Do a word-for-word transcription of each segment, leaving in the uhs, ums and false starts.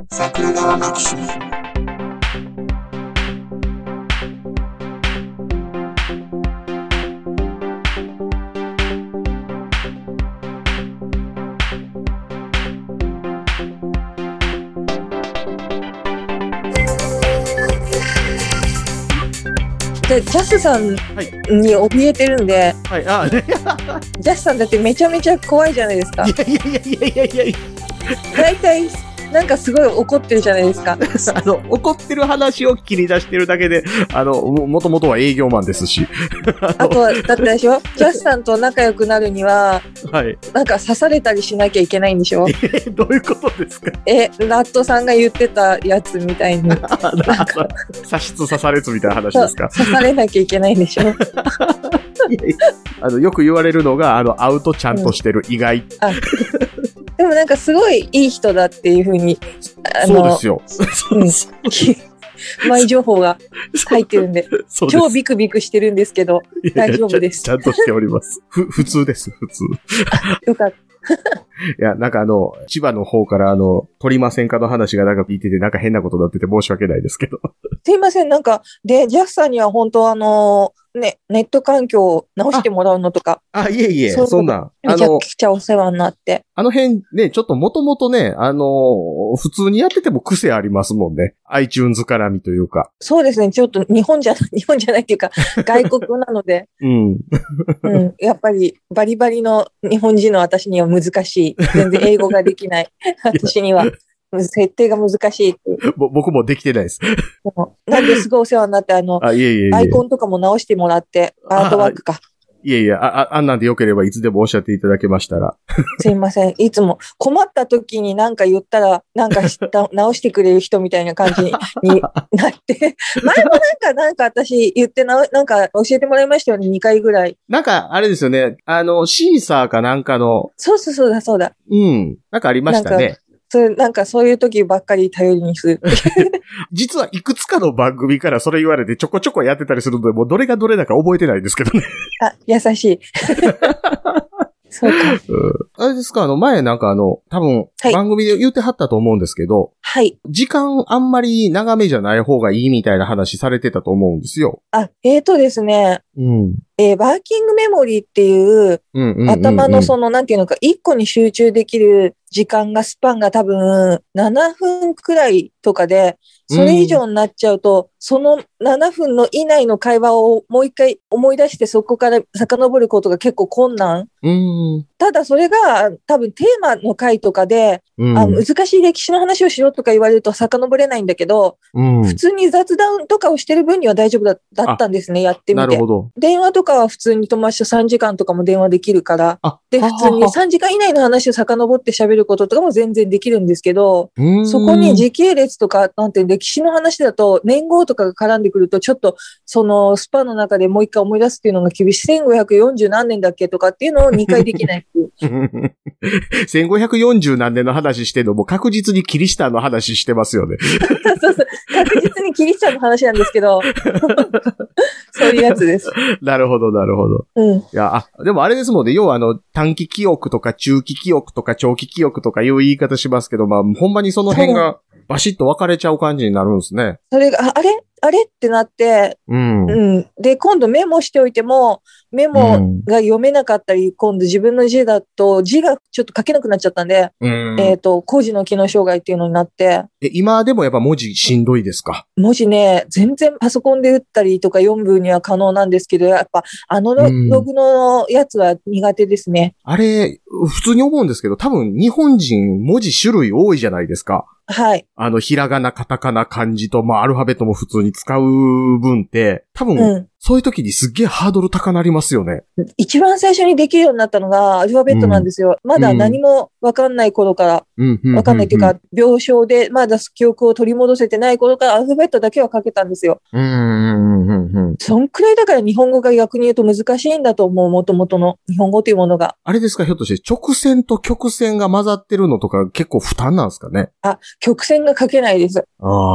桜川マキシムでジャスさんに怯えてるんで、はい、あジャスさんだってめちゃめちゃ怖いじゃないですか。 いやいやいやいやいやいやいや大体なんかすごい怒ってるじゃないですか。 あの怒ってる話を切り出してるだけで、あの も, もともとは営業マンですしあ, あとはだってでしょジャスさんと仲良くなるには、はい、なんか刺されたりしなきゃいけないんでしょ。えー、どういうことですか。 えラットさんが言ってたやつみたいになんか刺しつ刺されつみたいな話ですか。 刺されなきゃいけないんでしょあのよく言われるのが、あのアウトちゃんとしてる、うん、意外あでもなんかすごいいい人だっていう風に、 あのそうですよ。うん、 前情報が入ってるんで、超ビクビクしてるんですけど、大丈夫です。 ちゃんとしております。ふ、普通です、普通。 よかった。 いや、なんかあの、千葉の方からあの、撮りませんかの話がなんか聞いてて、なんか変なことになってて申し訳ないですけど。 すいません、なんか、で、ジャスさんには本当あの、ね、ネット環境を直してもらうのとか。 あ、あいえいえ、そ, そんな。 めちゃくちゃお世話になって。 あの辺ね、ちょっともともとね、あの、普通にやってても癖ありますもんね。iTunes 絡みというか。 そうですね、ちょっと日本じゃ、日本じゃないっていうか、外国なので。うん。うん。やっぱり、バリバリの日本人の私には難しい。全然英語ができない。私には。設定が難しいっていう。 僕もできてないです。 なんですごいお世話になって、あの、あいえいえいえアイコンとかも直してもらって、アートワークか。 いえいえ、あ、あんなんでよければいつでもおっしゃっていただけましたら。 すいません。いつも困った時に何か言ったら、なんか直してくれる人みたいな感じになって。前もなんか、なんか私言ってな、なんか教えてもらいましたよね、にかいぐらい。 なんか、あれですよね。あの、シーサーかなんかの。 そうそうそうだ、そうだ。 うん。なんかありましたね。 それなんかそういう時ばっかり頼りにする。 実はいくつかの番組からそれ言われてちょこちょこやってたりするので、もうどれがどれだか覚えてないんですけどね。 あ、優しい。そうか、 うん。あれですか、あの前なんかあの、多分番組で言ってはったと思うんですけど、 はい。 時間あんまり長めじゃない方がいいみたいな話されてたと思うんですよ。 あ、えーとですね。うん。えー、ワーキングメモリーっていう、うんうんうんうん、頭のその、なんていうのか、一個に集中できる時間が、スパンが多分、ななふんくらいとかで、それ以上になっちゃうと、うん、そのななふんの以内の会話をもう一回思い出してそこから遡ることが結構困難。うん、ただそれが多分テーマの回とかで、うん、あ難しい歴史の話をしろとか言われると遡れないんだけど、うん、普通に雑談とかをしてる分には大丈夫 だ, だったんですね、やってみて。なるほど。電話とかは普通に友達とさんじかんとかも電話できるから、で、普通にさんじかん以内の話を遡って喋ることとかも全然できるんですけど、そこに時系列とか、なんて歴史の話だと年号とかが絡んでくると、ちょっとそのスパンの中でもう一回思い出すっていうのが厳しい。せんごひゃくよんじゅう何年だっけとかっていうのをにかいできないせんごひゃくよんじゅう何年の話してるのも確実にキリシタンの話してますよね。 そうそう。確実にキリシタンの話なんですけど、そういうやつです。 なるほど、なるほど。うん。いや、あ、でもあれですもんね。要はあの、短期記憶とか中期記憶とか長期記憶とかいう言い方しますけど、まあ、ほんまにその辺がバシッと分かれちゃう感じになるんですね。 それが、あれあれってなって、うん、うん。で、今度メモしておいても、メモが読めなかったり、うん、今度自分の字だと、字がちょっと書けなくなっちゃったんで、うん、えっと、工事の機能障害っていうのになって。 え、今でもやっぱ文字しんどいですか？ 文字ね、全然パソコンで打ったりとか読むには可能なんですけど、やっぱあのログのやつは苦手ですね。 あれ、普通に思うんですけど、多分日本人文字種類多いじゃないですか。 はい。 あの、ひらがな、カタカナ、漢字と、まあ、アルファベットも普通に使う分って、多分、うん、そういう時にすっげえハードル高なりますよね。 一番最初にできるようになったのがアルファベットなんですよ。うん、まだ何もわかんない頃から、わかんないというか、病床でまだ記憶を取り戻せてない頃からアルファベットだけは書けたんですよ。うんうんうんうん、そんくらいだから日本語が逆に言うと難しいんだと思う、元々の日本語というものが。 あれですか、ひょっとして直線と曲線が混ざってるのとか結構負担なんですかね。 あ、曲線が書けないです。 ああ。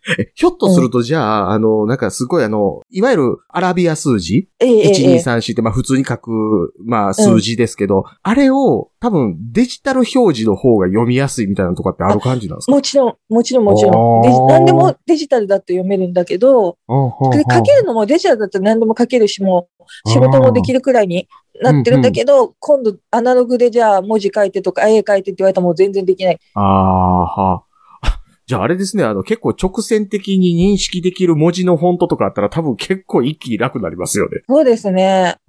え、ひょっとすると、じゃあ、うん、あの、なんかすごいあの、いわゆるアラビア数字、 ええ、 いち、に、さん、よんってまあ普通に書く、まあ数字ですけど、うん、あれを多分デジタル表示の方が読みやすいみたいなとかってある感じなんですか？ もちろん、もちろんもちろん。デジ何でもデジタルだと読めるんだけど、で書けるのもデジタルだと何でも書けるし、もう仕事もできるくらいになってるんだけど、うんうん、今度アナログでじゃあ文字書いてとか絵書いてって言われたらもう全然できない。 ああ、はあ。じゃああれですね、あの結構直線的に認識できる文字のフォントとかあったら多分結構一気に楽になりますよね。 そうですね。うん。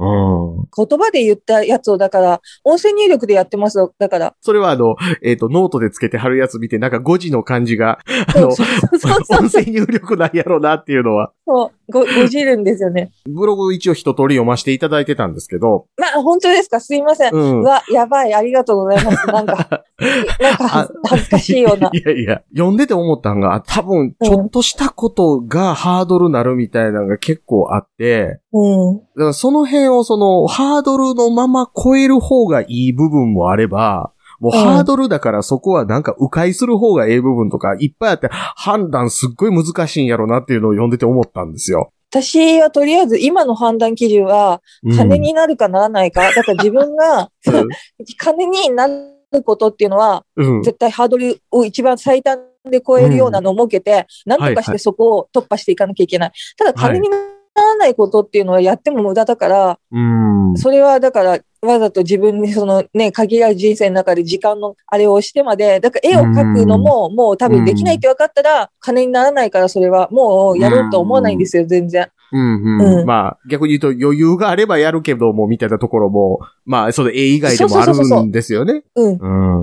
言葉で言ったやつをだから、音声入力でやってます。だから。 それはあの、えっ、ー、と、ノートでつけて貼るやつ見て、なんかごじの漢字が、あの、音声入力なんやろうなっていうのは。 そう、ご、ごじるんですよね。 ブログ一応一通り読ませていただいてたんですけど。 まあ、本当ですか？すいません。うん、うわ、やばい、ありがとうございます。なんか、なんか恥ずかしいような。 いやいや、読んでて思ったんが、多分、ちょっとしたことがハードルなるみたいなのが結構あって、うん。だからその辺をその、ハードルのまま超える方がいい部分もあれば、もうハードルだからそこはなんか迂回する方がええ部分とかいっぱいあって判断すっごい難しいんやろなっていうのを読んでて思ったんですよ。 私はとりあえず今の判断基準は金になるかならないか。うん、だから自分が、うん、金になることっていうのは、うん、絶対ハードルを一番最短で超えるようなのを設けて、うん、なんとかしてそこを突破していかなきゃいけない。ただ金にならないことっていうのはやっても無駄だから、うん、それはだからわざと自分にそのね、限られる人生の中で時間のあれをしてまで、だから絵を描くのももう多分できないって分かったら、金にならないからそれはもうやろうと思わないんですよ、全然。 うんうんうん、まあ、逆に言うと余裕があればやるけども、みたいなところも、まあ、その絵以外でもあるんですよね。うん。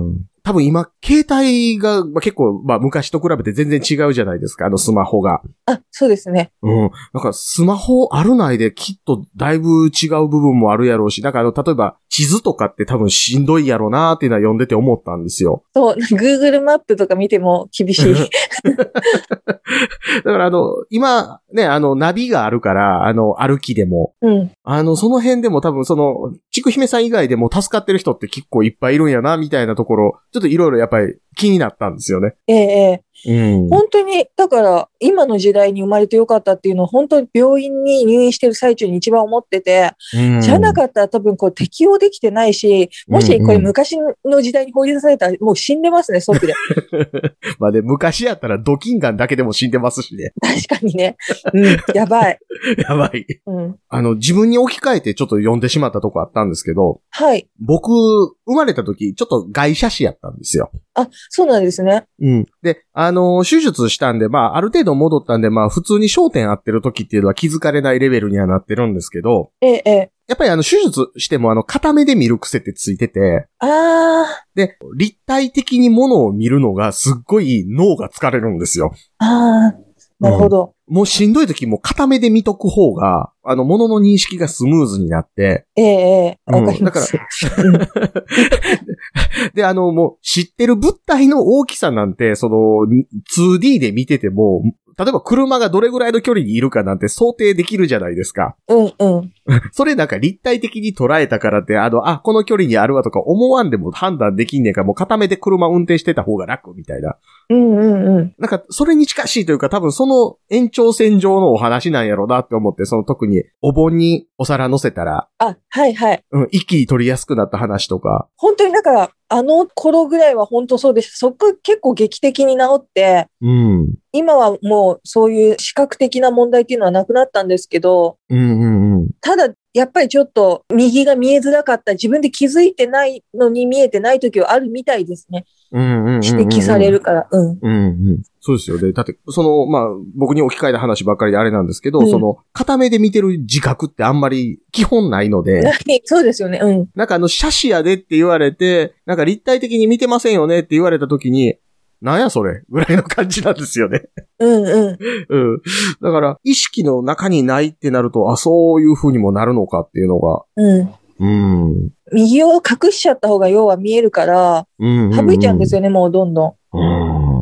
うん多分今、携帯が、まあ、結構、まあ昔と比べて全然違うじゃないですか、あのスマホが。 あ、そうですね。 うん。なんかスマホあるないできっとだいぶ違う部分もあるやろうし、なんかあの、例えば地図とかって多分しんどいやろうなーっていうのは読んでて思ったんですよ。 そう、Google マップとか見ても厳しい。 だからあの、今、ね、あの、ナビがあるから、あの、歩きでも。うん。あの、その辺でも多分その、ちくひめさん以外でも助かってる人って結構いっぱいいるんやな、みたいなところ、ちょっといろいろやっぱり気になったんですよね。 ええ、うん、本当に、だから、今の時代に生まれてよかったっていうのを、本当に病院に入院してる最中に一番思ってて、うん、じゃなかったら多分こう適応できてないし、もしこれ昔の時代に放り出されたらもう死んでますね、即で。 まあね、昔やったらドキンガンだけでも死んでますしね。 確かにね。うん、やばい。 やばい。うん。あの、自分に置き換えてちょっと読んでしまったとこあったんですけど、 はい。 僕、生まれた時、ちょっと外車死やったんですよ。 あ、そうなんですね。 うん。で、あの、手術したんで、まあ、ある程度戻ったんで、まあ、普通に焦点合ってる時っていうのは気づかれないレベルにはなってるんですけど、 ええ、ええ。 やっぱりあの、手術してもあの、片目で見る癖ってついてて、 ああ。 で、立体的に物を見るのがすっごい脳が疲れるんですよ。 ああ。なるほど、 うん。もうしんどい時も片目で見とく方が、あの、物の認識がスムーズになって。 ええ、ええ、わかります。 うん、だから、で、あの、もう知ってる物体の大きさなんて、その、ツーディー で見てても、例えば車がどれぐらいの距離にいるかなんて想定できるじゃないですか。 うんうん。 それなんか立体的に捉えたからって、あの、あ、この距離にあるわとか思わんでも判断できんねんから、もう固めて車運転してた方が楽みたいな。 うんうんうん。 なんか、それに近しいというか、多分その延長線上のお話なんやろうなって思って、その特にお盆にお皿乗せたら、 あ、はいはい。 うん、一気に取りやすくなった話とか。 本当にだから、あの頃ぐらいは本当そうでした。そこ結構劇的に治って、うん。今はもうそういう視覚的な問題っていうのはなくなったんですけど、 うんうんうん、 ただやっぱりちょっと右が見えづらかった、自分で気づいてないのに見えてない時はあるみたいですね。 うんうんうんうん、 指摘されるから。うん。 うんうん。そうですよね。だって、その、まあ、僕に置き換えた話ばっかりであれなんですけど、うん、その、片目で見てる自覚ってあんまり基本ないので。 そうですよね。うん。 なんかあの、斜視やでって言われて、なんか立体的に見てませんよねって言われた時に、なんやそれぐらいの感じなんですよね。 うんうん。 うん。だから、意識の中にないってなると、あ、そういう風にもなるのかっていうのが。 うん。うん。右を隠しちゃった方が要は見えるから、うんうんうん、省いちゃうんですよね、もうどんどん。 うん。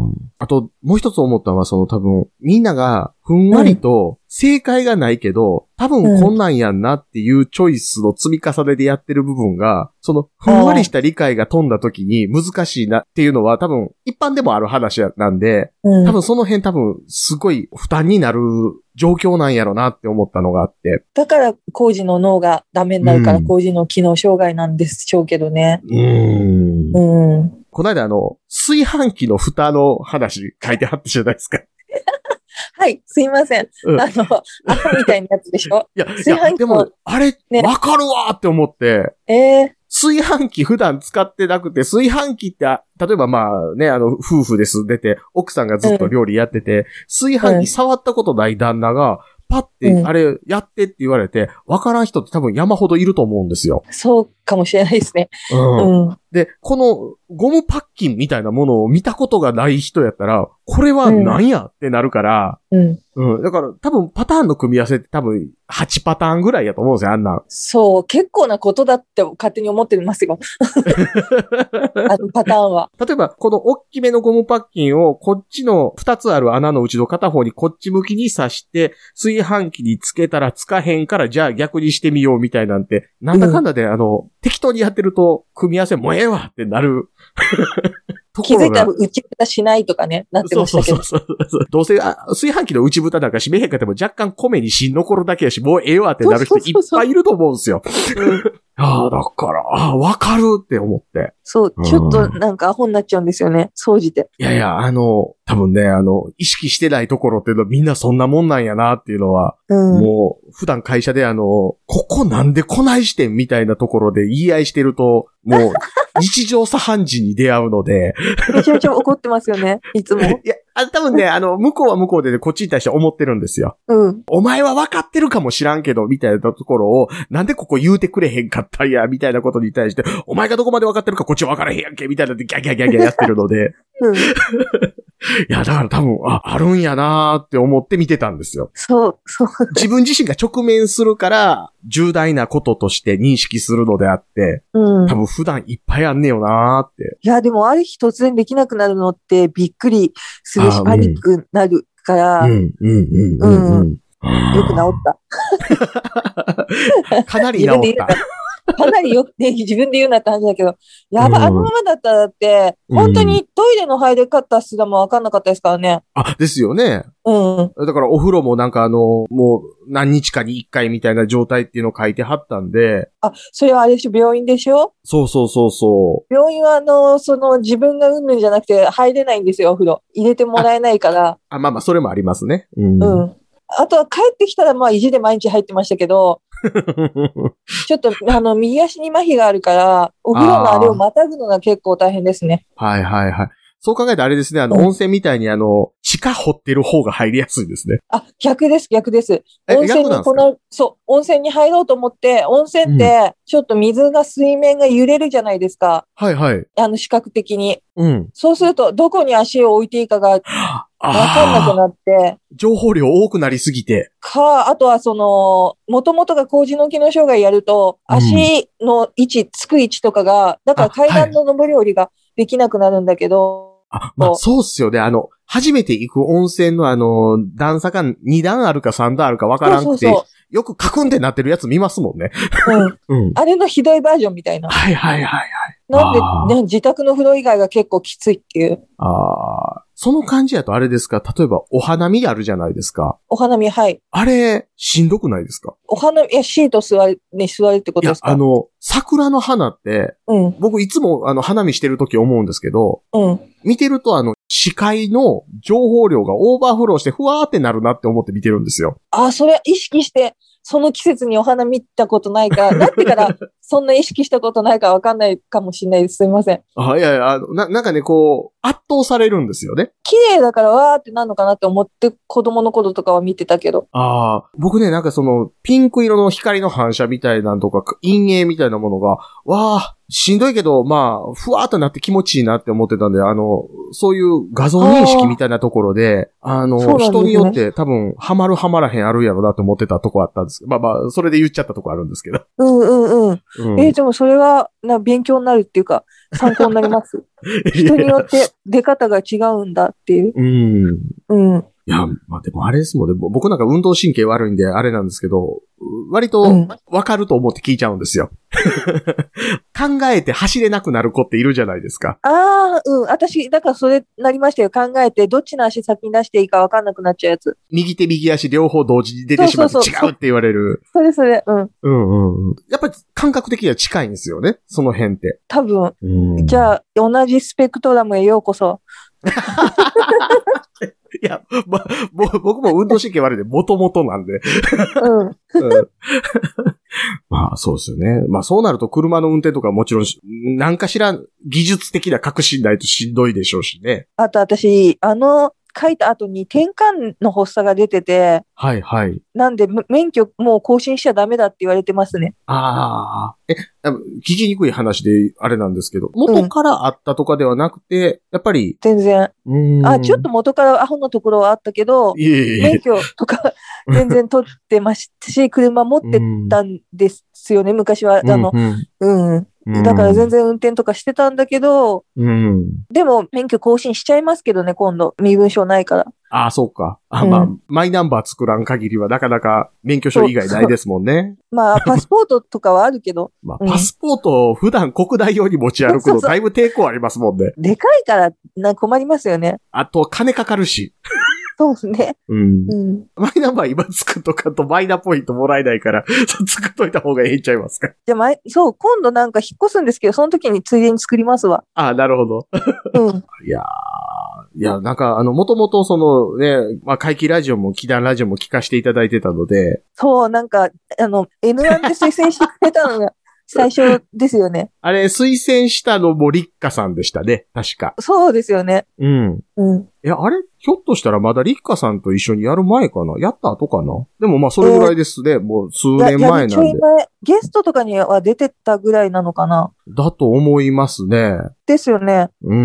あと、もう一つ思ったのは、その多分、みんながふんわりと正解がないけど、多分こんなんやんなっていうチョイスの積み重ねでやってる部分が、そのふんわりした理解が飛んだ時に難しいなっていうのは多分一般でもある話なんで、多分その辺多分すごい負担になる状況なんやろなって思ったのがあって。 だから工事の脳がダメになるから工事の機能障害なんでしょうけどね。 うーん。 うん。 この間あの、炊飯器の蓋の話書いてあったじゃないですか。 はい、すいません。うん、あの、アホみたいなやつでしょ。 いや、炊飯器でも、あれ、わ、ね、かるわーって思って。 ええー。 炊飯器普段使ってなくて、炊飯器って、例えばまあね、あの、夫婦で住んでて、奥さんがずっと料理やってて、うん、炊飯器触ったことない旦那が、パッて、あれ、やってって言われて、わからん人って多分山ほどいると思うんですよ。 そうかもしれないですね。 うん。うん、で、このゴムパッキンみたいなものを見たことがない人やったら、これは何や、うん、ってなるから、うん。うん。だから多分パターンの組み合わせって多分はちパターンぐらいやと思うんですよ、あんなん。 そう、結構なことだって勝手に思ってますよ。あのパターンは。 例えば、この大きめのゴムパッキンをこっちのふたつある穴のうちの片方にこっち向きに刺して、炊飯器につけたらつかへんから、じゃあ逆にしてみようみたいなんて、なんだかんだで、うん、あの、適当にやってると、組み合わせもうええわってなる。 気づいたら内蓋しないとかね、なってましたけど。 そうそうそうそう。どうせあ、炊飯器の内蓋なんか閉めへんかっても若干米に芯残るだけやし、もうええわってなる人いっぱいいると思うんですよ。ああ、だから、ああ、わかるって思って。 そう、ちょっとなんかアホになっちゃうんですよね、掃除で。 いやいや、あの、多分ね、あの、意識してないところっていうのはみんなそんなもんなんやなっていうのは、うん、もう、普段会社であの、ここなんでこないしてんみたいなところで言い合いしてると、もう、日常茶飯事に出会うので。 めちゃめちゃ怒ってますよね、いつも。いや、あ多分ね、あの、向こうは向こうでね、こっちに対して思ってるんですよ。 うん。 お前は分かってるかもしらんけど、みたいなところを、なんでここ言うてくれへんかったんや、みたいなことに対して、お前がどこまで分かってるかこっちは分からへんやんけ、みたいなでギャギャギャギャやってるので。うん。いや、だから多分、あ、あるんやなーって思って見てたんですよ。 そう、そう。 自分自身が直面するから、重大なこととして認識するのであって、うん、多分普段いっぱいあんねよなーって。 いや、でもある日突然できなくなるのってびっくりするし、パニックになるから、うん、うん、うん、うん。うん、よく治った。 かなり治った。 かなりよく、ね、自分で言うなって話だけど、やば、うん、あのままだったらって、本当にトイレの入れ方すらもわかんなかったですからね。 あ、ですよね。 うん。 だからお風呂もなんかあの、もう何日かにいっかいみたいな状態っていうのを書いてはったんで。 あ、それはあれでしょ、病院でしょ？ そうそうそうそう。 病院はあの、その自分がうんぬんじゃなくて入れないんですよ、お風呂。入れてもらえないから。 あ、あまあまあ、それもありますね。うん。 うん。あとは帰ってきたらまあ意地で毎日入ってましたけど、ちょっとあの右足に麻痺があるから、お風呂のあれをまたぐのが結構大変ですね。 はいはいはい。そう考えたらあれですね、あの、うん、温泉みたいにあの、地下掘ってる方が入りやすいですね。 あ、逆です、逆です。温泉にこの、そう、温泉に入ろうと思って、温泉って、ちょっと水が水面が揺れるじゃないですか。 うん、はいはい。 あの、視覚的に。 うん。 そうすると、どこに足を置いていいかが、わかんなくなって。 情報量多くなりすぎて。 か、あとはその、元々が工事の機能障害やると、足の位置、うん、つく位置とかが、だから階段の上り下りができなくなるんだけど、 あ、まあ、そうっすよね。あの、初めて行く温泉のあの、段差がに段あるかさん段あるかわからんくて、そうそうそう、よくカクンってなってるやつ見ますもんね。 うん。うん。あれのひどいバージョンみたいな。 はいはいはいはい。 なんで、ね、自宅の風呂以外が結構きついっていう。 ああ。その感じやとあれですか、例えばお花見あるじゃないですか。 お花見、はい。 あれ、しんどくないですか？ お花見、いや、シート座る、ね、座るってことですか？ いや、あの、桜の花って、うん、僕いつもあの、花見してるとき思うんですけど、うん。見てるとあの、視界の情報量がオーバーフローしてふわーってなるなって思って見てるんですよ。 あ、それ意識して、その季節にお花見たことないか、なってからそんな意識したことないかわかんないかもしれないです。すみません。 あ、いやいや、あの、な、なんかね、こう、圧倒されるんですよね。 綺麗だからわーってなるのかなって思って子供の頃とかは見てたけど。 ああ、僕ね、なんかその、ピンク色の光の反射みたいなんとか、陰影みたいなものが、わー、しんどいけど、まあ、ふわーっとなって気持ちいいなって思ってたんで、あの、そういう画像認識みたいなところで、あの、あ、ね、人によって多分、ハマるハマらへんあるやろなって思ってたとこあったんですですけど。まあまあ、それで言っちゃったとこあるんですけど。 うんうんうん。うん、えー、でもそれはな勉強になるっていうか、参考になります。人によって出方が違うんだっていう。うん。うん。 いや、まあでもあれですもんね。僕なんか運動神経悪いんであれなんですけど、割とわかると思って聞いちゃうんですよ。考えて走れなくなる子っているじゃないですか。 ああ、うん。私、だからそれなりましたよ。考えて、どっちの足先に出していいかわかんなくなっちゃうやつ。 右手右足両方同時に出てしまって違うって言われる。 それそれ、うん。 うんうんうん。やっぱり感覚的には近いんですよね。その辺って。 多分。じゃあ、同じスペクトラムへようこそ。 いや、ま、僕も運動神経悪いんで、もともとなんで。うん。うん、まあ、そうですよね。まあ、そうなると車の運転とかもちろん、何かしら技術的な革新ないとしんどいでしょうしね。 あと私、あの、書いた後に転換の発作が出てて。 はいはい。 なんで、免許もう更新しちゃダメだって言われてますね。 ああ。え、聞きにくい話であれなんですけど、元からあったとかではなくて、うん、やっぱり。 全然。うんあ、ちょっと元からアホなところはあったけど、いえいえ免許とか全然取ってましたし、車持ってたんですよね、昔は。あの、うん、うんだから全然運転とかしてたんだけど、うん、でも免許更新しちゃいますけどね、今度。身分証ないから。 ああ、そうか。あ、うん、まあ、マイナンバー作らん限りはなかなか免許証以外ないですもんね。 まあ、パスポートとかはあるけど。 まあ、パスポートを普段国内用に持ち歩くのだいぶ抵抗ありますもんね。 でかいからな困りますよね。 あと、金かかるし。 そうですね。うん。 うん。マイナンバー今作っとかんとマイナポイントもらえないから、作っといた方がいいんちゃいますか。 じゃあ、ま、そう、今度なんか引っ越すんですけど、その時についでに作りますわ。 ああ、なるほど。うん。いやー。いや、なんか、あの、もともとそのね、まあ、怪奇ラジオも、奇談ラジオも聞かせていただいてたので。 そう、なんか、あの、エヌワン で推薦してくれたのが最初ですよね。 あれ、推薦したのもリッカさんでしたね、確か。 そうですよね。 うん。うん。いや、あれひょっとしたらまだリッカさんと一緒にやる前かなやった後かなでもまあ、それぐらいですね。えー、もう数年前なんで。ややちょい前。 ゲストとかには出てたぐらいなのかなだと思いますね。 ですよね。うん。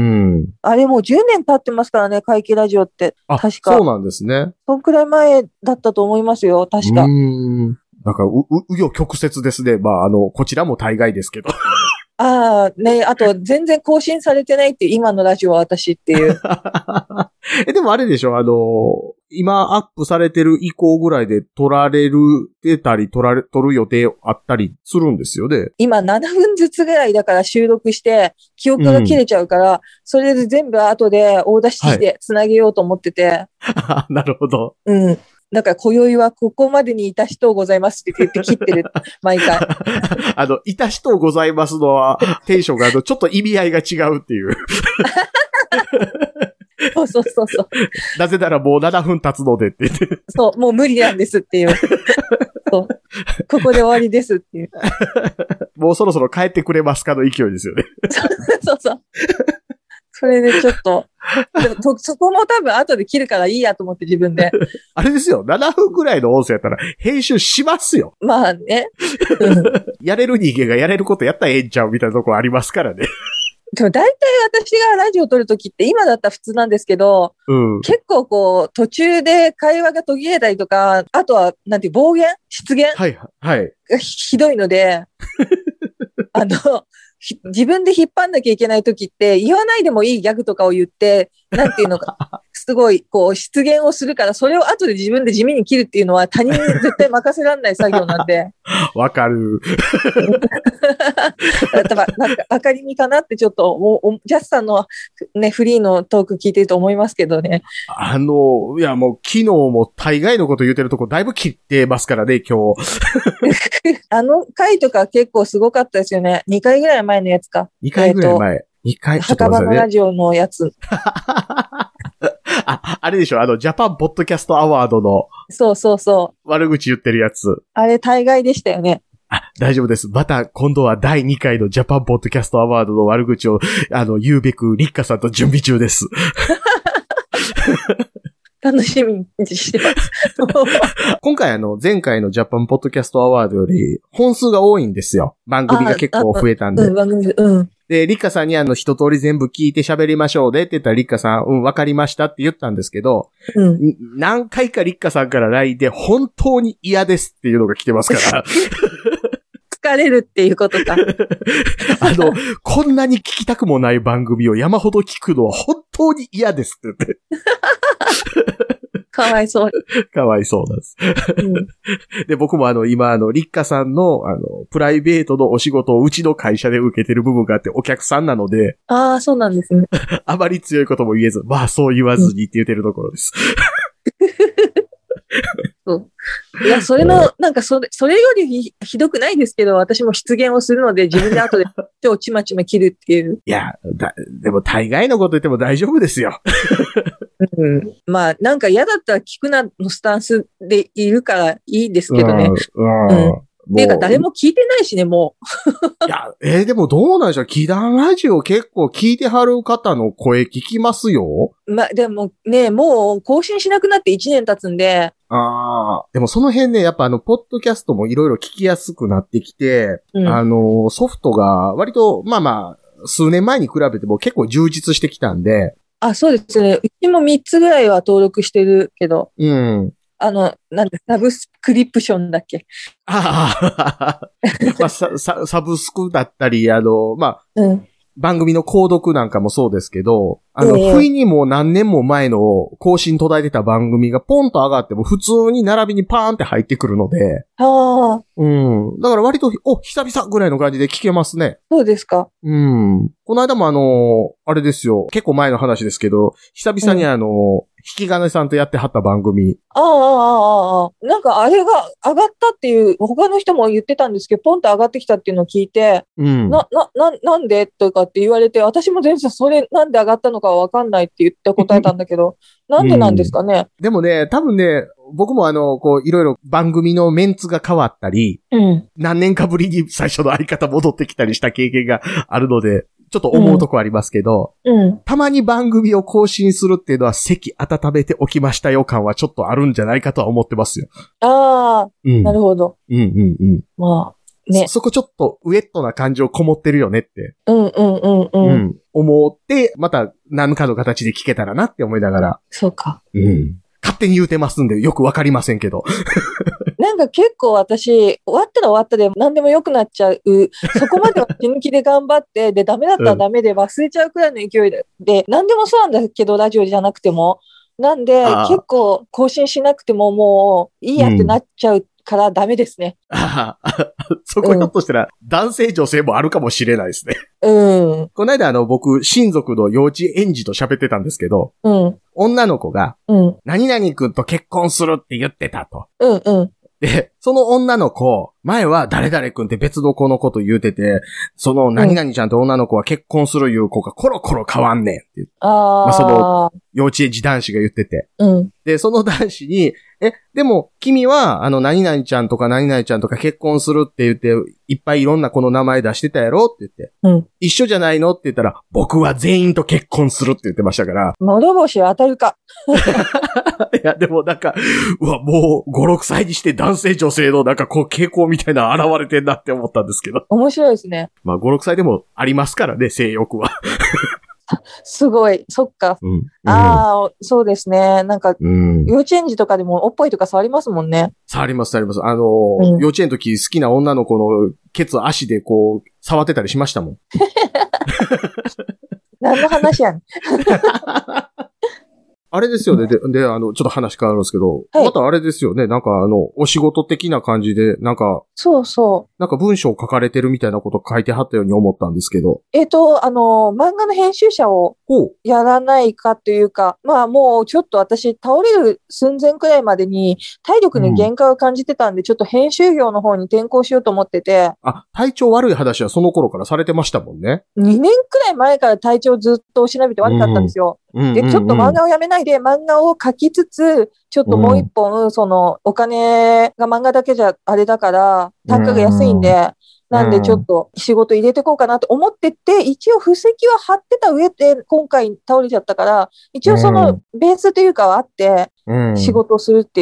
あれもうじゅうねん経ってますからね、怪奇ラジオって。確か。 そうなんですね。 そんくらい前だったと思いますよ、確か。うん。なんか、う、う、うよ曲折ですね。まあ、あの、こちらも大概ですけど。 ああ、ね、あと、全然更新されてないっていう、今のラジオは私っていう。 え、でもあれでしょあの、今アップされてる以降ぐらいで撮られる、出たり撮られ、撮る予定あったりするんですよね。 今ななふんずつぐらいだから収録して、記憶が切れちゃうから、うん、それで全部後で大出しして繋げようと思ってて。 はい、なるほど。 うん。だから、今宵はここまでにいた人をございますって言って切ってる。毎回。 あの、いた人をございますのは、テンションが、あの、ちょっと意味合いが違うっていう。 そうそうそうそう。 なぜならもうななふん経つのでって言って。 そう、もう無理なんですっていう。そう。ここで終わりですっていう。 もうそろそろ帰ってくれますかの勢いですよね。 そうそう。それでちょっと、でもそこも多分後で切るからいいやと思って自分で。 あれですよ、ななふんぐらいの音声やったら編集しますよ。 まあね。 やれる人間がやれることやったらええんちゃうみたいなとこありますからね。 でも大体私がラジオ撮るときって今だったら普通なんですけど、うん、結構こう途中で会話が途切れたりとか、あとはなんていう暴言失言はい、はい。 ひどいので、あの、自分で引っ張んなきゃいけないときって言わないでもいいギャグとかを言って、なんていうのか、すごいこう失言をするから、それを後で自分で地味に切るっていうのは他人に絶対任せられない作業なんで。 わかる。 たぶんなんか明かりみかなってちょっとおジャスさんのねフリーのトーク聞いてると思いますけどね。 あのいやもう昨日も大概のこと言ってるとこだいぶ切ってますからね今日。 あの回とか結構すごかったですよね。にかいぐらい前のやつか。 にかいぐらい前。えー、にかい。 墓場のラジオのやつ。 あ、あれでしょあの、ジャパンポッドキャストアワードの。 そうそうそう。 悪口言ってるやつ。 あれ大概でしたよね。 あ、大丈夫です。また今度はだいにかいのジャパンポッドキャストアワードの悪口を、あの、言うべく、リッカさんと準備中です。 楽しみにしてます。 今回あの、前回のジャパンポッドキャストアワードより、本数が多いんですよ。番組が結構増えたんで。 うん、番組、うん。 で、リッカさんにあの、一通り全部聞いて喋りましょうでって言ったら、リッカさん、うん、わかりましたって言ったんですけど、うん、何回かリッカさんから ライン で、本当に嫌ですっていうのが来てますから。 疲れるっていうことか。 あの、こんなに聞きたくもない番組を山ほど聞くのは本当に嫌ですって言って。 かわいそう。 かわいそうなんです。うん、で、僕もあの、今あの、リッカさんのあの、プライベートのお仕事をうちの会社で受けてる部分があってお客さんなので。 ああ、そうなんですね。 あまり強いことも言えず、まあそう言わずにって言ってるところです。 そう。いや、それの、なんかそれ、それより ひ, ひどくないですけど、私も失言をするので、自分で後で手をちまちま切るっていう。 いや、だ、でも大概のこと言っても大丈夫ですよ。 うん、まあ、なんか嫌だったら聞くなのスタンスでいるからいいですけどね。うん。うんっていうか誰も聞いてないしね、もう。いや、えー、でもどうなんでしょう。祈願ラジオ結構聞いてはる方の声聞きますよ。 まあ、でもね、もう更新しなくなっていちねん経つんで。 ああ。でもその辺ね、やっぱあの、ポッドキャストもいろいろ聞きやすくなってきて、うん、あの、ソフトが割と、まあまあ、数年前に比べても結構充実してきたんで。 あ、そうですね。うちもみっつぐらいは登録してるけど。 うん。 あの、なんで、サブスクリプションだっけ。 ああ、まあ、サ, サ, サブスクだったり、あの、まあ、うん、番組の購読なんかもそうですけど、あの、えー、不意にもう何年も前の更新途絶えてた番組がポンと上がっても普通に並びにパーンって入ってくるので。 ああ。 うん。だから割と、お、久々ぐらいの感じで聞けますね。 そうですか。 うん。この間もあの、あれですよ。結構前の話ですけど、久々にあの、うん、引き金さんとやってはった番組。 ああ、ああ、ああ。なんかあれが上がったっていう、他の人も言ってたんですけど、ポンと上がってきたっていうのを聞いて、うん、な、な、な、なんでとかって言われて、私も全然それなんで上がったのかわかんないって言って答えたんだけど、なんでなんですかね、 うん、でもね、多分ね、僕もあの、こう、いろいろ番組のメンツが変わったり、うん、何年かぶりに最初の相方戻ってきたりした経験があるので、ちょっと思うとこありますけど、うんうん、たまに番組を更新するっていうのは席温めておきましたよ感はちょっとあるんじゃないかとは思ってますよ。 ああ、うん、なるほど。 うんうんうん。 まあ、ね。 そ、そこちょっとウェットな感情こもってるよねって。 うんうんうんうん。うん、 思って、また何かの形で聞けたらなって思いながら。 そうか。 うん。勝手に言うてますんでよくわかりませんけど。 なんか結構私、終わったら終わったで何でも良くなっちゃう。そこまでは死ぬ気で頑張って、で、ダメだったらダメで忘れちゃうくらいの勢いで、で、何でもそうなんだけど、ラジオじゃなくても。なんで、結構更新しなくてももういいやってなっちゃうからダメですね。 うん、ああ、そこひょっとしたら、うん、男性女性もあるかもしれないですね。 うん。 この間あの僕、親族の幼稚園児と喋ってたんですけど、うん。女の子が、うん。何々くんと結婚するって言ってたと。 うんうん。 で、その女の子、前は誰々くんって別の子のこと言うてて、その何々ちゃんと女の子は結婚するいう子がコロコロ変わんねんって言って。 ああ。 まあその、幼稚園児男子が言ってて。 うん。 で、その男子に、え、でも、君は、あの、何々ちゃんとか何々ちゃんとか結婚するって言って、いっぱいいろんな子の名前出してたやろって言って。 うん。一緒じゃないのって言ったら、僕は全員と結婚するって言ってましたから。 諸星は当たるか。 いや、でもなんか、うわ、もう、ご、ろくさいにして男性女性のなんかこう傾向みたいな現れてんなって思ったんですけど。 面白いですね。 まあ、ご、ろくさいでもありますからね、性欲は。 すごい。そっか。うん、ああ、そうですね。なんか、うん、幼稚園児とかでもおっぽいとか触りますもんね。 触ります、触ります。あのーうん、幼稚園の時好きな女の子のケツ足でこう、触ってたりしましたもん。 何の話やねん。 あれですよね。で、で、あの、ちょっと話変わるんですけど、はい、またあれですよね。なんかあの、お仕事的な感じで、なんか、 そうそう。 なんか文章書かれてるみたいなこと書いてはったように思ったんですけど。 えっと、あの、漫画の編集者をやらないかというか、まあもうちょっと私倒れる寸前くらいまでに体力に限界を感じてたんで、うん、ちょっと編集業の方に転向しようと思ってて。 あ、体調悪い話はその頃からされてましたもんね。 にねんくらい前から体調ずっとおしなびて悪かったんですよ。うん、で、ちょっと漫画をやめないで、漫画を描きつつ、ちょっともう一本、うん、その、お金が漫画だけじゃあれだから、単価が安いんで、うん、なんでちょっと仕事入れてこうかなと思ってて、一応布石は張ってた上で今回倒れちゃったから、一応そのベースというかはあって、仕事をするっていう。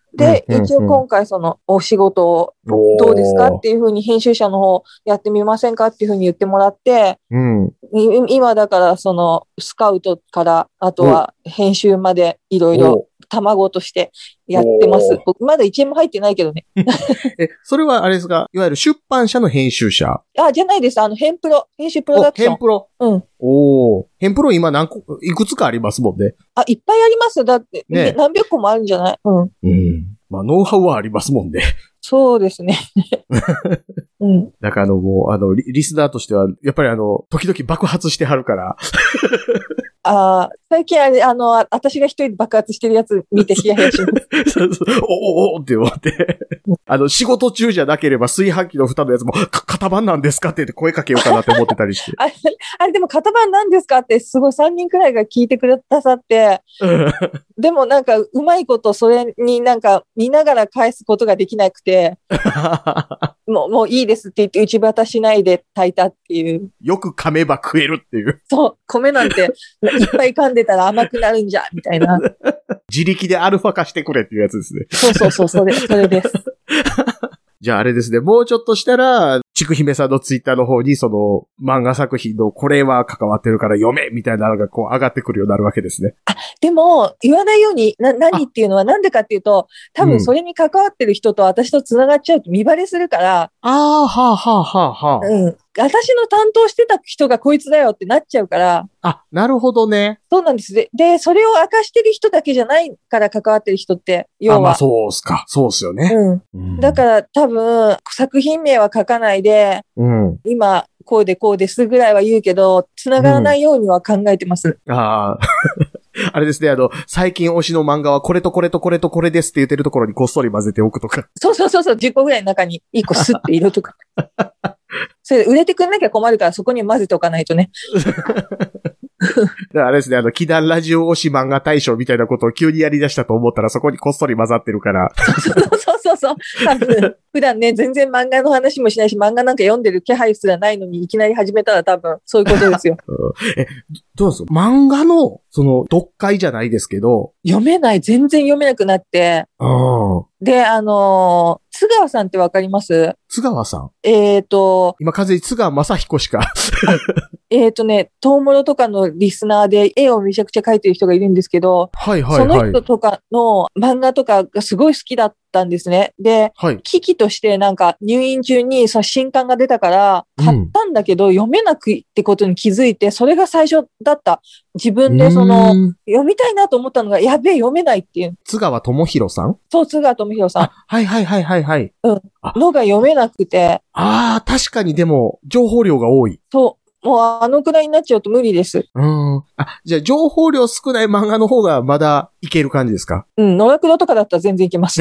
で、うんうんうん、一応今回そのお仕事をどうですかっていうふうに編集者の方やってみませんかっていうふうに言ってもらって、うん、今だからそのスカウトからあとは編集までいろいろ卵としてやってます。僕まだいちえんも入ってないけどね。 え、それはあれですか、いわゆる出版社の編集者？ あ、じゃないです。あの、編プロ。編集プロダクション。 編プロ。 うん。 おー。編プロ今何個、いくつかありますもんね。 あ、いっぱいあります。だって、ね、何百個もあるんじゃない？うん。 うん。まあ、ノウハウはありますもんね。 そうですね。うん。 だからあの、もう、あのリ、リスナーとしては、やっぱりあの、時々爆発してはるから。 ああ、最近あれ、あの、私が一人で爆発してるやつ見てヒヤヒヤします。 そうそう、おおおって思って。あの、仕事中じゃなければ炊飯器の蓋のやつも、か、型番なんですかって言って声かけようかなって思ってたりして。 あれ、あれでも型番なんですかってすごいさんにんくらいが聞いてくださって、でもなんかうまいことそれになんか見ながら返すことができなくて、もう、もういいですって言って内渡しないで炊いたっていう。 よく噛めば食えるっていう。 そう、米なんていっぱい噛んでたら甘くなるんじゃ、みたいな。 自力でアルファ化してくれっていうやつですね。 そうそうそう、それ、それです。 じゃああれですね、もうちょっとしたら、ちくひめさんのツイッターの方に、その、漫画作品のこれは関わってるから読めみたいなのがこう上がってくるようになるわけですね。 あ、でも、言わないように、な、何っていうのはなんでかっていうと、多分それに関わってる人と私と繋がっちゃうと見バレするから。 ああ、はあはあはあはあ。 うん。私の担当してた人がこいつだよってなっちゃうから。 あ、なるほどね。 そうなんです。で、で、それを明かしてる人だけじゃないから関わってる人って、要は。あ、 まあそうっすか。そうっすよね。 うん。うん、だから多分、作品名は書かないで、うん、今、こうでこうですぐらいは言うけど、繋がらないようには考えてます。 うん、ああ。あれですね、あの、最近推しの漫画はこれとこれとこれとこれですって言ってるところにこっそり混ぜておくとか。 そうそうそうそう、じゅっこぐらいの中にいっこスッて入れとく。それ売れてくんなきゃ困るからそこに混ぜておかないとね。 だからあれですね、あの、祈願ラジオ推し漫画大賞みたいなことを急にやり出したと思ったらそこにこっそり混ざってるから。 そうそうそうそう。多分、普段ね、全然漫画の話もしないし、漫画なんか読んでる気配すらないのにいきなり始めたら多分、そういうことですよ。 え、どうですか？漫画の、その、読解じゃないですけど。 読めない、全然読めなくなって。で、あのー、津川さんってわかります？ 津川さん？ えっと、 今完全に津川正彦しか。 えっとね、トウモロとかのリスナーで絵をめちゃくちゃ描いてる人がいるんですけど、 はいはいはい。 その人とかの漫画とかがすごい好きだったんですね。で、はい、危機としてなんか入院中にその新刊が出たから買ったんだけど、うん、読めなくってことに気づいて、それが最初だった。自分でその、読みたいなと思ったのが、やべえ読めないっていう。 津川智弘さん？ そう、津川智弘さん。 はいはいはいはいはい。 うん。のが読めなくて。 ああ、確かにでも、情報量が多い。 そう。もうあのくらいになっちゃうと無理です。 うん。あ、じゃあ情報量少ない漫画の方がまだいける感じですか？ うん、野良黒とかだったら全然いけます。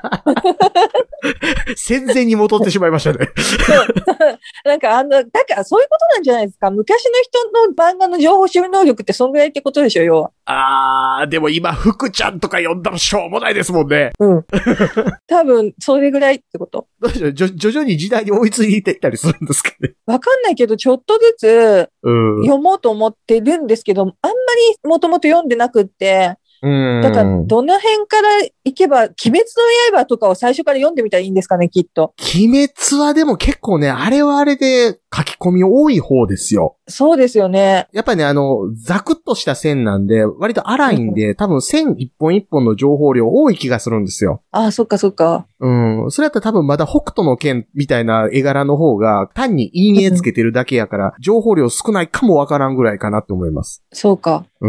戦前に戻ってしまいましたね。 なんかあの、だからそういうことなんじゃないですか。昔の人の漫画の情報処理能力ってそんぐらいってことでしょ、要は。 あー、でも今、福ちゃんとか読んだらしょうもないですもんね。 うん。多分、それぐらいってこと。 どうでしょう、徐々に時代に追いついていったりするんですかね。 わかんないけど、ちょっとずつ、読もうと思ってるんですけど、うん、あんまりもともと読んでなくって、だから、どの辺から行けば、鬼滅の刃とかを最初から読んでみたらいいんですかね、きっと。 鬼滅はでも結構ね、あれはあれで書き込み多い方ですよ。 そうですよね。 やっぱりね、あの、ザクッとした線なんで、割と荒いんで、うん、多分線一本一本の情報量多い気がするんですよ。 ああ、そっかそっか。 うん。それだったら多分まだ北斗の剣みたいな絵柄の方が、単に陰影つけてるだけやから、情報量少ないかもわからんぐらいかなって思います。 そうか。 うん。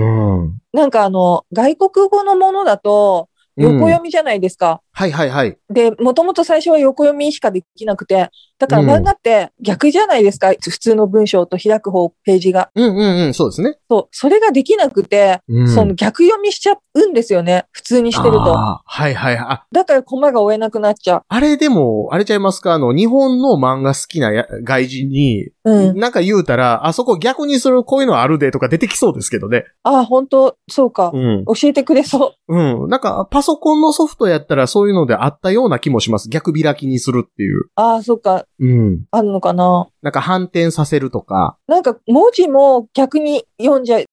なんかあの、外国語のものだと、横読みじゃないですか。うん、 はいはいはい。 で、もともと最初は横読みしかできなくて、だから漫画って逆じゃないですか。うん、普通の文章と開く方、ページが。 うんうんうん、そうですね。 そう。それができなくて、うん、その逆読みしちゃうんですよね。普通にしてると。 あはいはいはい。 だからコマが追えなくなっちゃう。 あれでも、あれちゃいますか？あの、日本の漫画好きなや外人に、うん、なんか言うたら、あそこ逆にするこういうのあるでとか出てきそうですけどね。 ああ、本当そうか、うん。教えてくれそう。 うん。なんか、パソコンのソフトやったらそういうのであったような気もします。逆開きにするっていう。 ああ、そっか。 うん。 あるのかな。 なんか反転させるとか。 なんか文字も逆に読んじゃ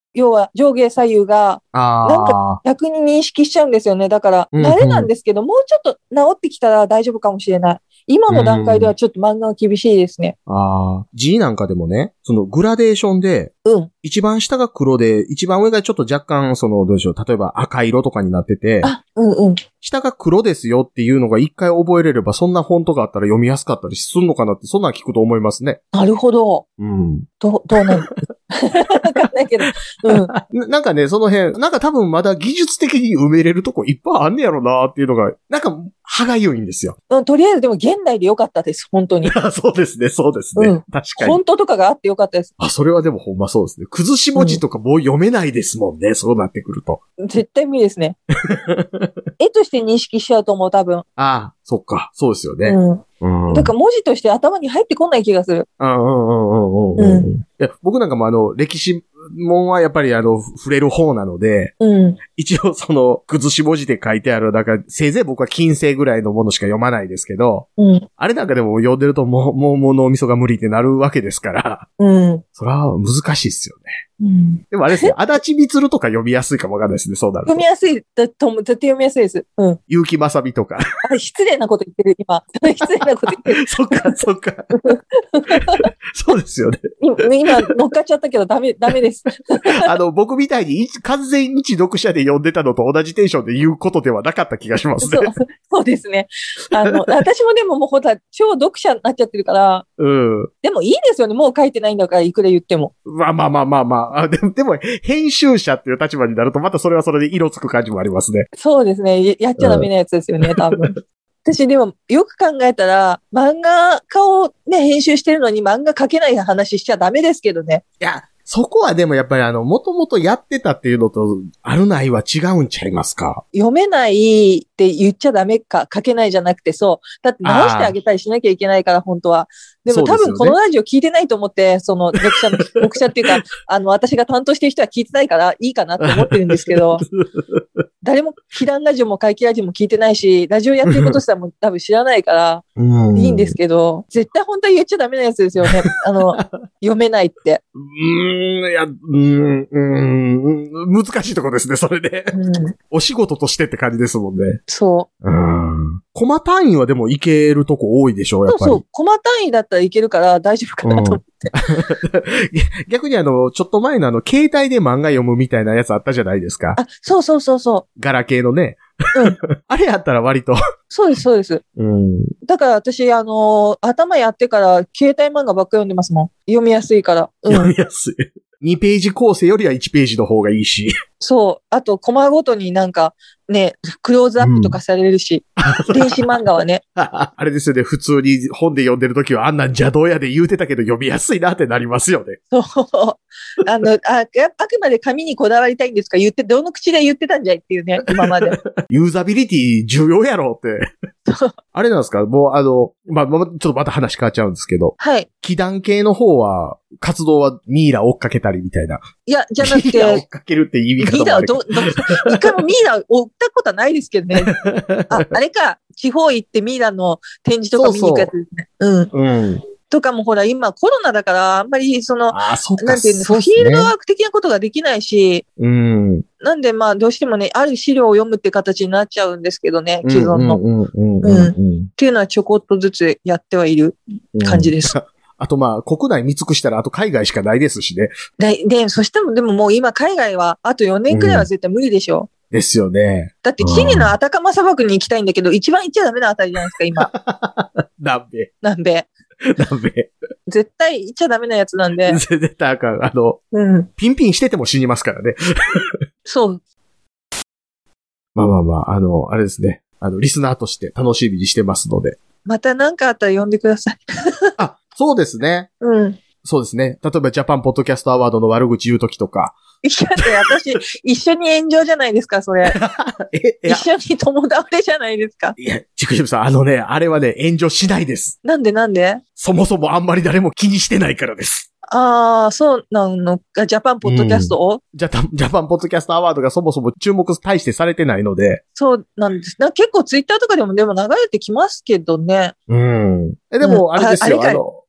要は上下左右が、なんか逆に認識しちゃうんですよね。だから、慣れなんですけど、うんうん、もうちょっと治ってきたら大丈夫かもしれない。今の段階ではちょっと漫画は厳しいですね。 うん、ああ。G なんかでもね、そのグラデーションで、うん。一番下が黒で、一番上がちょっと若干、その、どうでしょう、例えば赤色とかになってて、 あ、うんうん。 下が黒ですよっていうのが一回覚えれれば、そんなフォントがあったら読みやすかったりするのかなって、そんなん聞くと思いますね。 なるほど。 うん。 ど、どうなのわかんないけど。うんな。 なんかね、その辺、なんか多分まだ技術的に埋めれるとこいっぱいあんねやろなっていうのが、なんか、歯がゆいんですよ。 うん、とりあえずでも現代でよかったです、本当に。 そうですね、そうですね。うん、確かに。 本当とかがあってよかったです。 あ、それはでもほんまそうですね。崩し文字とかもう読めないですもんね、うん、そうなってくると。 絶対無理ですね。絵として認識しちゃうと思う、多分。 ああ、そっか、そうですよね。 うん。うん、だから文字として頭に入ってこない気がする。 うんうんうんうんうん。うん、いや僕なんかもあの、歴史もんはやっぱりあの、触れる方なので、うん、一応その、崩し文字で書いてある、だからせいぜい僕は金星ぐらいのものしか読まないですけど、うん、あれなんかでも読んでるともう、もう、もう脳みそが無理ってなるわけですから、うん、それは難しいっすよね。うん、でもあれですね、足立みつるとか読みやすいかもわかんないですね、そうなると。 読みやすい、だと、絶対読みやすいです。うん。 結城まさみとか。 あ、失礼なこと言ってる、今。失礼なこと言ってる。 そっか、そっか。そうですよね。 今、乗っかっちゃったけど、ダメ、ダメです。 あの、僕みたいに完全一読者で読んでたのと同じテンションで言うことではなかった気がしますね。 そう、そうですね。あの、私もでももうほら、超読者になっちゃってるから、うん。でもいいですよね、もう書いてないんだから、いくら言っても。 まあまあまあまあまあ。あでも、でも、編集者っていう立場になると、またそれはそれで色つく感じもありますね。 そうですね。やっちゃダメなやつですよね、うん、多分。私でも、よく考えたら、漫画家をね、編集してるのに漫画描けない話しちゃダメですけどね。 いや、そこはでもやっぱりあの、もともとやってたっていうのと、あるないは違うんちゃいますか？ 読めないって言っちゃダメか、書けないじゃなくてそう。だって直してあげたりしなきゃいけないから、本当は。でも多分このラジオ聞いてないと思って、その読者の、読者っていうか、あの、私が担当してる人は聞いてないからいいかなって思ってるんですけど、誰も、キランラジオも怪奇ラジオも聞いてないし、ラジオやってることすらも多分知らないから、いいんですけど、絶対本当は言っちゃダメなやつですよね。あの、読めないって。 うーん、いや、うーん、うーん、難しいとこですね、それで、うん。お仕事としてって感じですもんね。 そう。 うん。コマ単位はでもいけるとこ多いでしょう、やっぱり。 そうそう。コマ単位だったらいけるから大丈夫かなと思って。 うん、逆にあの、ちょっと前のあの、携帯で漫画読むみたいなやつあったじゃないですか。 あ、そうそうそうそう。 ガラケーのね。 うん。 あれやったら割と。 そうです、そうです。うん。だから私、あのー、頭やってから携帯漫画ばっか読んでますもん。読みやすいから。 うん、読みやすい。にページ構成よりはいちページの方がいいし。 そう。あと、コマごとになんか、ね、クローズアップとかされるし、うん、電子漫画はね。 あれですよね、普通に本で読んでるときはあんなん邪道やで言うてたけど読みやすいなってなりますよね。 そう。あの、あ、あくまで紙にこだわりたいんですか言って、どの口で言ってたんじゃいっていうね、今まで。 ユーザビリティ重要やろって。あれなんですかもうあの、まあ、ちょっとまた話変わっちゃうんですけど。 はい。 気団系の方は、活動はミイラ追っかけたりみたいな。 いや、じゃなくて。 ミイラ追っかけるって意味かミイラをど、ど、一回もミイラを追ったことはないですけどね。あ、あれか、地方行ってミイラの展示とか見に行くやつですね。そうそううん。うん。とかもほら、今コロナだから、あんまりその、 あ、そっか、 なんていうの、フィールドワーク的なことができないし、 うん。 なんでまあ、どうしてもね、ある資料を読むって形になっちゃうんですけどね、既存の。うん。っていうのはちょこっとずつやってはいる感じです。うんあとまあ、国内見尽くしたら、あと海外しかないですしね。 で、で、そしてもでももう今海外は、あとよねんくらいは絶対無理でしょ。 うん、ですよね。 だってチリのアタカマ砂漠に行きたいんだけど、一番行っちゃダメなあたりじゃないですか、今。 南米。 南米。 南米。 絶対行っちゃダメなやつなんで。 絶対あかん。あの、うん、ピンピンしてても死にますからね。 そう。 まあまあまあ、あの、あれですね。あの、リスナーとして楽しみにしてますので。 また何かあったら呼んでください。 あ、そうですね。 うん。 そうですね。例えばジャパンポッドキャストアワードの悪口言うときとか。 いや、私、一緒に炎上じゃないですか、それ。え一緒に友倒れじゃないですか。 いや、ちくしぶさん、あのね、あれはね、炎上しないです。 なんでなんで？ そもそもあんまり誰も気にしてないからです。 ああ、そうなのか、ジャパンポッドキャストを、うん、 ジャパン、ジャパンポッドキャストアワードがそもそも注目大してされてないので。 そうなんです。な結構ツイッターとかでもでも流れてきますけどね。 うん。え、でも、あれですよ、うん、ああの、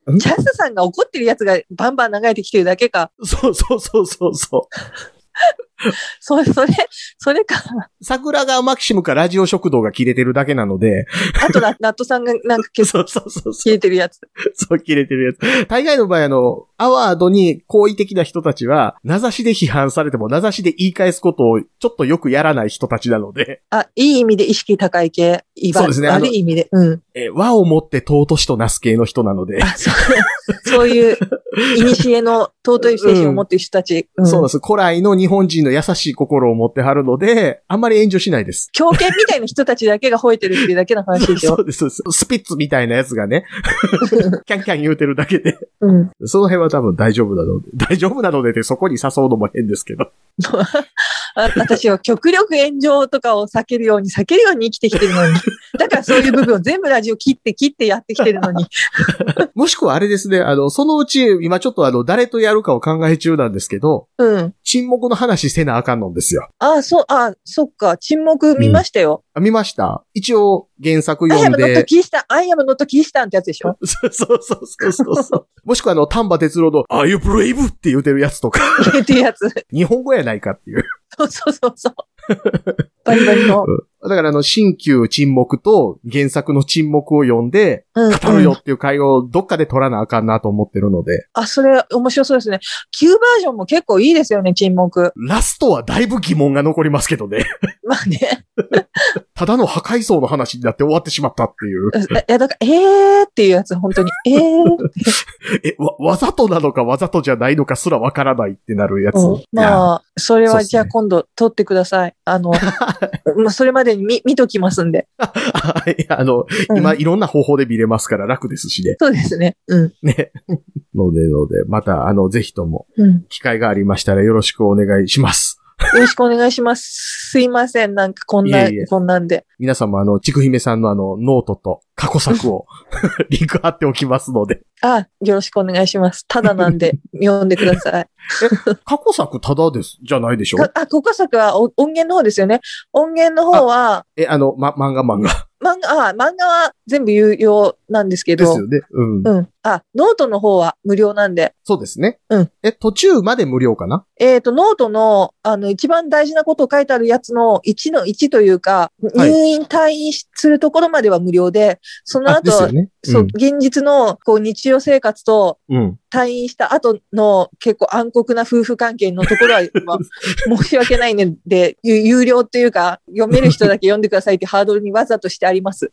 ジャスさんが怒ってるやつがバンバン流れてきてるだけか。 そうそうそうそうそう。 それ、それ、それか。 桜川マキシムかラジオ食堂が切れてるだけなので。 あとナットさんがなんか結構そうそうそう切れてるやつ。 そう、切れてるやつ。大概の場合あの、アワードに好意的な人たちは、名指しで批判されても名指しで言い返すことをちょっとよくやらない人たちなので。 あ、いい意味で意識高い系。 そうですね。 悪い意味で。うん。 え、和をもって尊しとなす系の人なので。 あ、そう。そういう、いにしえの尊い精神を持っている人たち。 うんうん、そうなんです。古来の日本人の優しい心を持ってはるので、あんまり炎上しないです。 狂犬みたいな人たちだけが吠えてるっていうだけの話ですよ。 そうです、そうです。スピッツみたいなやつがね、キャンキャン言うてるだけで。 うん。 その辺は多分大丈夫なので。大丈夫なのでってそこに誘うのも変ですけど。 私は極力炎上とかを避けるように避けるように生きてきてるのに。だからそういう部分を全部ラジオ切って切ってやってきてるのに。 もしくはあれですね、あの、そのうち、今ちょっとあの、誰とやるかを考え中なんですけど、 うん。 沈黙の話せなあかんのですよ。 ああ、そう、ああ、そっか、沈黙見ましたよ。 うん、あ見ました。一応、原作読んで。 アイアムノットキリシタン、アイアムノットキリシタンってやつでしょそうそうそうそうそう。もしくはあの、丹波哲郎の、Are you brave? って言うてるやつとか。 言うてるやつ。 日本語やないかっていう。 そうそうそうそう。バリバリの。 だからあの、新旧沈黙と原作の沈黙を読んで、語るよっていう会をどっかで取らなあかんなと思ってるので。 あ、それ面白そうですね。旧バージョンも結構いいですよね、沈黙。 ラストはだいぶ疑問が残りますけどね。 まあね。 ただの破壊層の話になって終わってしまったっていう。 いや、だから、えーっていうやつ、本当に。えーえ、わ、わざとなのかわざとじゃないのかすらわからないってなるやつ。うん、 まあ、それはじゃあ今度撮ってください。あの、まあ、それまでに見、見ときますんで。 いや、あの、うん、今いろんな方法で見れますから楽ですしね。 そうですね。うん。 ね。ので、ので、また、あの、ぜひとも、機会がありましたらよろしくお願いします。 よろしくお願いします。すいません。なんかこんな、いえいえこんなんで。 皆さんもあの、ちくひめさんのあの、ノートと過去作をリンク貼っておきますので。 あ、よろしくお願いします。ただなんで、読んでください。 え、過去作ただです、じゃないでしょ？ あ、過去作は音源の方ですよね。音源の方は、 え、あの、ま、漫画漫画。 漫画、あ、漫画は全部有料なんですけど。 ですよね。うん。 うん。あ、ノートの方は無料なんで。 そうですね。 うん。 え、途中まで無料かな？ えっと、ノートの、あの、一番大事なことを書いてあるやつのいちのいちというか、はい、入院退院するところまでは無料で、その後、ねうん、そう、現実の、こう、日常生活と、退院した後の結構暗黒な夫婦関係のところは、まあ、申し訳ないので、有料っていうか、読める人だけ読んでくださいってハードルにわざとしてあります。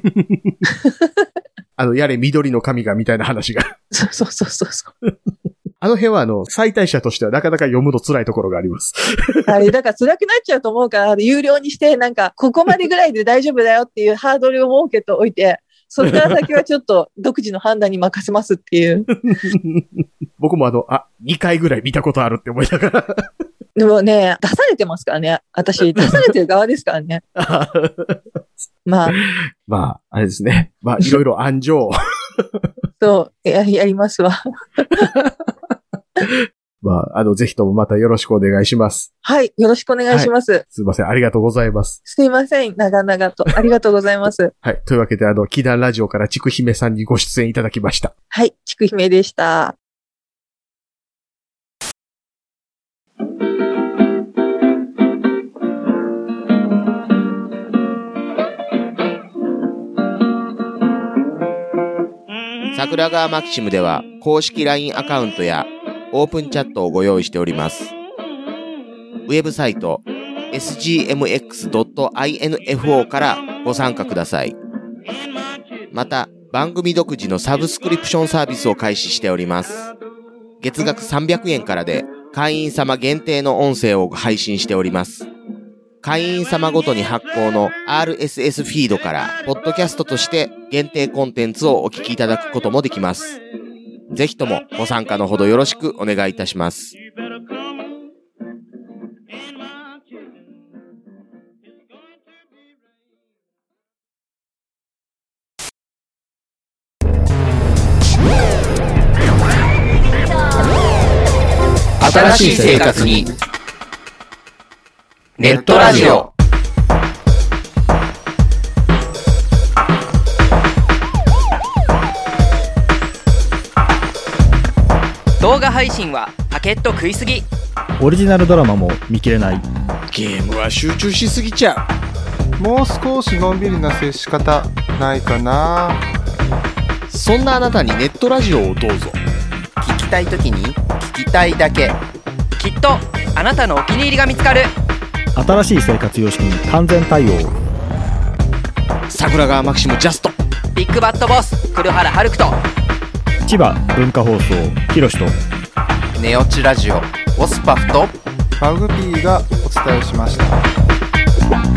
あの、やれ緑の神がみたいな話が。 そうそうそうそう。 あの辺はあの、最大者としてはなかなか読むの辛いところがあります。 あれ、だから辛くなっちゃうと思うから、有料にして、なんか、ここまでぐらいで大丈夫だよっていうハードルを設けておいて、それから先はちょっと独自の判断に任せますっていう。 僕もあの、あ、にかいぐらい見たことあるって思いながら。 でもね、出されてますからね。私、出されてる側ですからね。まあ。 まあ、あれですね。まあ、いろいろ暗情。 そう、や、やりますわ。 まあ、あの、ぜひともまたよろしくお願いします。 はい、よろしくお願いします。はい、 すいません、ありがとうございます。 すいません、長々と。ありがとうございます。 はい、というわけで、あの、祈願ラジオからちくひめさんにご出演いただきました。 はい、ちくひめでした。 桜川マキシムでは公式 ライン アカウントやオープンチャットをご用意しております。ウェブサイト エスジーエムエックスドットインフォー からご参加ください。また番組独自のサブスクリプションサービスを開始しております。月額さんびゃくえんからで会員様限定の音声を配信しております。会員様ごとに発行の アールエスエス フィードからポッドキャストとして限定コンテンツをお聞きいただくこともできます。ぜひともご参加のほどよろしくお願いいたします。 新しい生活にネットラジオ。 画配信はパケット食いすぎ。 オリジナルドラマも見切れない。 ゲームは集中しすぎちゃう。もう少しのんびりな接し方ないかな。 そんなあなたにネットラジオをどうぞ。 聞きたいときに聞きたいだけ。 きっとあなたのお気に入りが見つかる。 新しい生活様式に完全対応。 桜川マキシムジャスト。 ビッグバットボス黒原遥人。 千葉文化放送ひろしとネオチラジオオスパフとマグピーがお伝えしました。